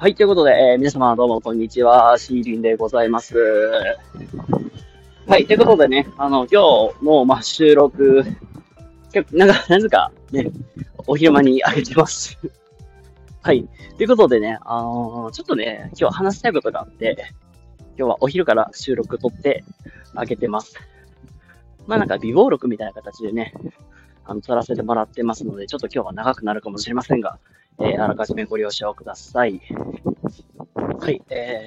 はい、ということで、皆様どうもこんにちは。シーリンでございます。はい、ということでね、今日の、収録、なぜかね、お昼間に上げてます。はい、ということでね、ちょっとね、今日話したいことがあって、今日はお昼から収録撮って上げてます。なんか、微暴録みたいな形でね、撮らせてもらってますので、ちょっと今日は長くなるかもしれませんが、あらかじめご了承ください。はい、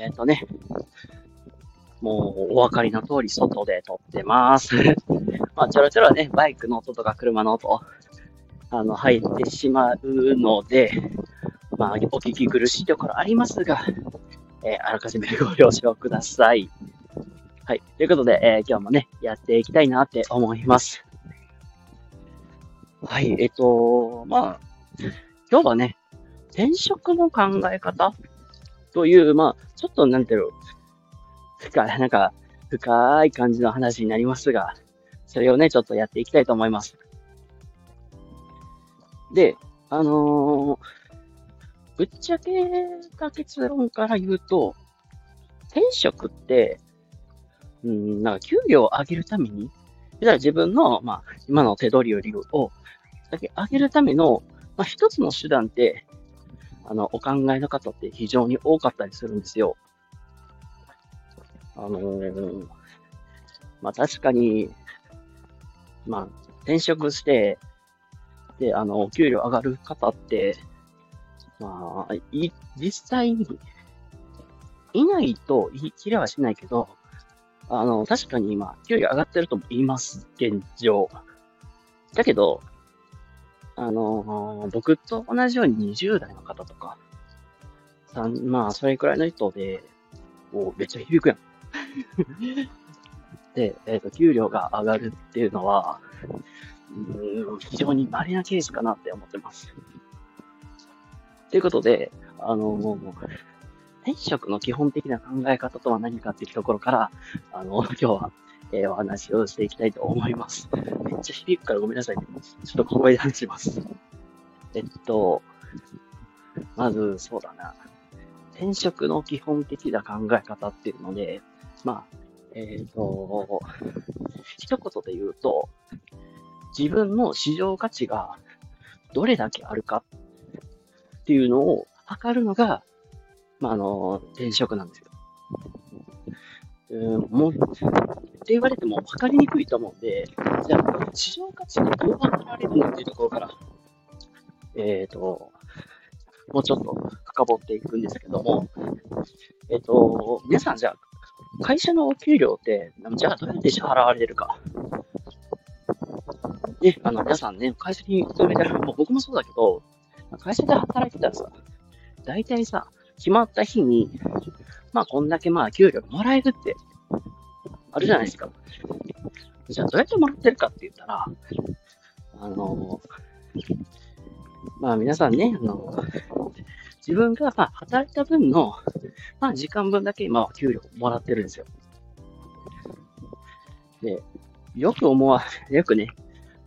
もうお分かりの通り外で撮ってます。ちょろちょろね、バイクの音とか車の音、入ってしまうので、お聞き苦しいところありますが、あらかじめご了承ください。はい。ということで、今日もね、やっていきたいなって思います。はい。今日はね、転職の考え方という、ちょっとなんていうの、深い感じの話になりますが、それをね、ちょっとやっていきたいと思います。で、ぶっちゃけた結論から言うと、転職って、給料を上げるために、自分の、今の手取りよりを、だけ上げるための、一つの手段って、お考えの方って非常に多かったりするんですよ。確かに、転職して、で、お給料上がる方って、実際にいないと言い切れはしないけど、確かに今、給料上がってるとも言います、現状。だけど、僕と同じように20代の方とか、それくらいの人で、めっちゃ響くやん。で、給料が上がるっていうのは、非常に稀なケースかなって思ってます。ということで、転職の基本的な考え方とは何かっていうところから、今日は、お話をしていきたいと思います。めっちゃ響くからごめんなさいね。ちょっと小声で話します。まず、そうだな。転職の基本的な考え方っていうので、一言で言うと、自分の市場価値がどれだけあるかっていうのを測るのが、転職なんですよ。もう、って言われても分かりにくいと思うんで、じゃあ、市場価値がどう測られるのっていうところから、もうちょっと深掘っていくんですけども、皆さんじゃあ、会社のお給料って、じゃあどうやって支払われてるか。ね、皆さんね、会社に勤めてる、僕もそうだけど、会社で働いてたらさ、大体さ、決まった日に、こんだけ給料もらえるって、あるじゃないですか。じゃあどうやってもらってるかって言ったら、皆さんね、自分が働いた分の、時間分だけ今給料もらってるんですよ。で、よくね、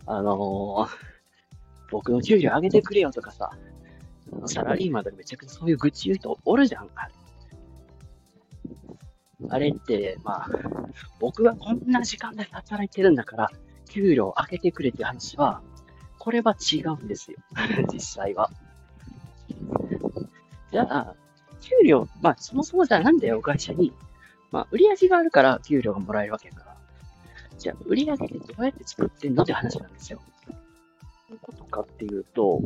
僕の給料上げてくれよとかさ、サラリーマンでめちゃくちゃそういう愚痴言う人おるじゃん。あれって、僕がこんな時間で働いてるんだから、給料上げてくれって話は、これは違うんですよ。実際は。じゃあ、給料、そもそもじゃあなんだよ、会社に。売り上げがあるから給料がもらえるわけだから。じゃあ、売り上げってどうやって作ってんのって話なんですよ。どういうことかっていうと、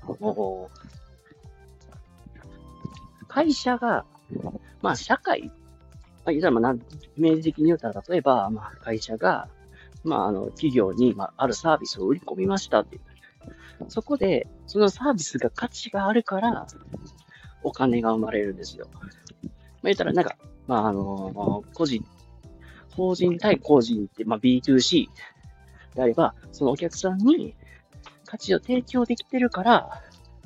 会社が、社会、イメージ的に言うたら、例えば、会社が、企業に、あるサービスを売り込みましたっていう。そこで、そのサービスが価値があるから、お金が生まれるんですよ。言ったら、法人対個人って、B2C であれば、そのお客さんに価値を提供できてるから、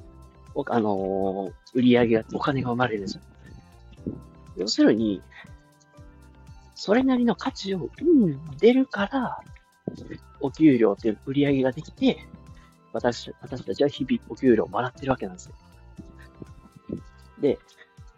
売り上げが、お金が生まれるんですよ。要するに、それなりの価値を生んでるから、お給料っていう売り上げができて、私たちは日々お給料をもらってるわけなんですよ。で、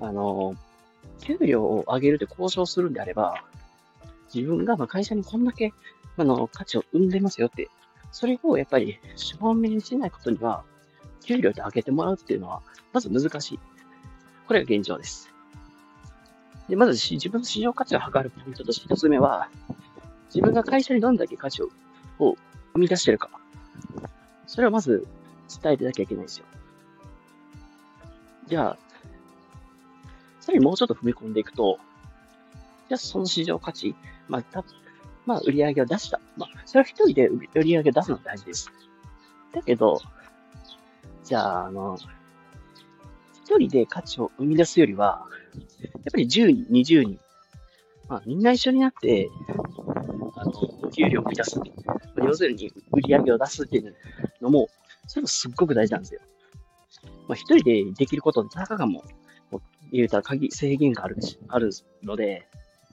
あの、給料を上げるって交渉するんであれば、自分が会社にこんだけ、価値を生んでますよって、それをやっぱり証明しないことには、給料で上げてもらうっていうのは、まず難しい。これが現状です。で、まず自分の市場価値を測るポイントとして一つ目は、自分が会社にどんだけ価値を生み出してるか。それをまず伝えてなきゃいけないんですよ。じゃあ、さらにもうちょっと踏み込んでいくと、じゃあその市場価値、売り上げを出した。それは一人で売り上げを出すのが大事です。だけど、じゃあ、一人で価値を生み出すよりは、やっぱり10人、20人、みんな一緒になって、給料を生み出す。要するに、売り上げを出すっていうのも、それもすっごく大事なんですよ。一人でできることってたかがも言うたら制限があるので、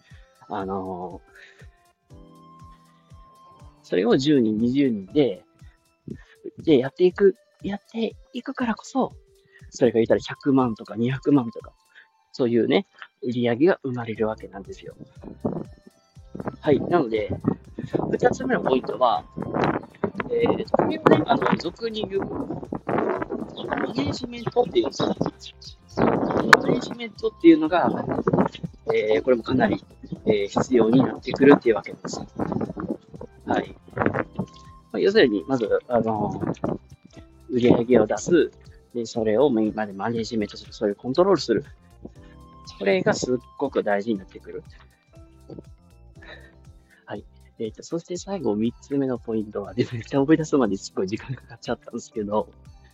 それを10人、20人でやっていくからこそ、それが言ったら100万とか200万とか、そういうね、売り上げが生まれるわけなんですよ。はい。なので、二つ目のポイントは、これをね、俗に言う、マネージメントっていう、マネージメントっていうのが、これもかなり、必要になってくるっていうわけです。はい。要するに、まず、売り上げを出す。で、それをメインまでマネージメントする。それをコントロールする。これがすっごく大事になってくる。はい。そして最後、3つ目のポイントは、めっちゃ思い出すまですごい時間かかっちゃったんですけど、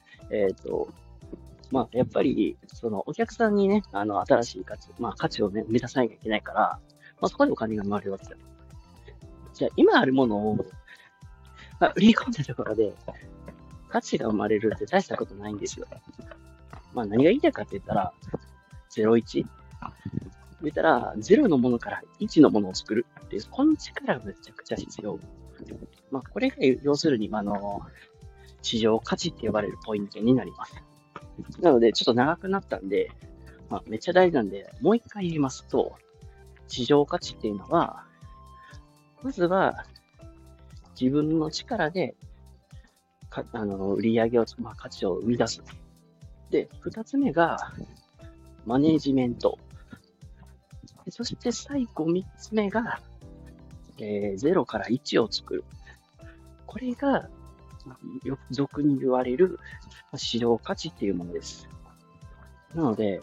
やっぱり、お客さんにね、新しい価値をね、生み出さなきゃいけないから、そこでお金が生まれるわけだ。じゃあ、今あるものを、売り込んだところで、価値が生まれるって大したことないんですよ。何が言いたいかって言ったら、01。言ったら、0のものから1のものを作るっていう、この力がめちゃくちゃ必要。これが要するに、市場価値って呼ばれるポイントになります。なので、ちょっと長くなったんで、めっちゃ大事なんで、もう一回言いますと、市場価値っていうのは、まずは、自分の力で、売り上げを、価値を生み出す。で、二つ目が、マネージメント。そして最後三つ目が、0から1を作る。これが、俗に言われる市場価値っていうものです。なので、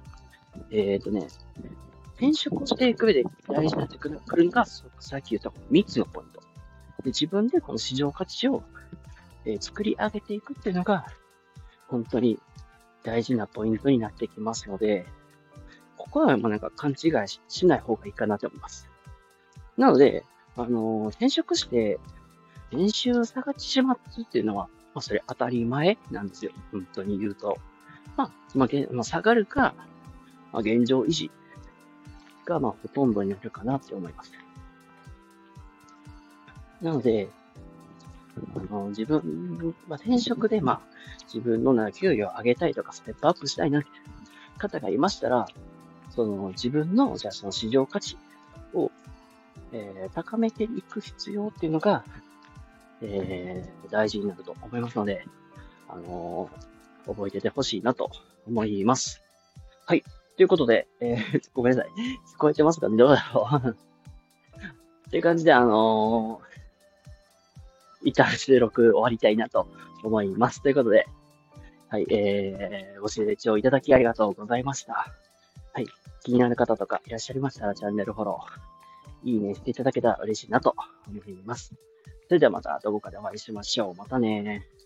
転職をしていく上で大事になってくるのが、さっき言った3つのポイント。で、自分でこの市場価値を、作り上げていくっていうのが、本当に大事なポイントになってきますので、ここは勘違いしない方がいいかなと思います。なので、転職して、年収下がってしまったっていうのは、それ当たり前なんですよ。本当に言うと。下がるか、現状維持が、ほとんどになるかなって思います。なので、自分、転職で、自分の給与を上げたいとか、ステップアップしたいなって方がいましたら、自分の、その市場価値を、高めていく必要っていうのが、大事になると思いますので、覚えててほしいなと思います。はい。ということで、ごめんなさい。聞こえてますかね、どうだろうっていう感じで、一旦収録終わりたいなと思います。ということで、はい、ご清聴いただきありがとうございました。はい。気になる方とかいらっしゃいましたら、チャンネルフォロー、いいねしていただけたら嬉しいなと思います。それではまたどこかでお会いしましょう。またね。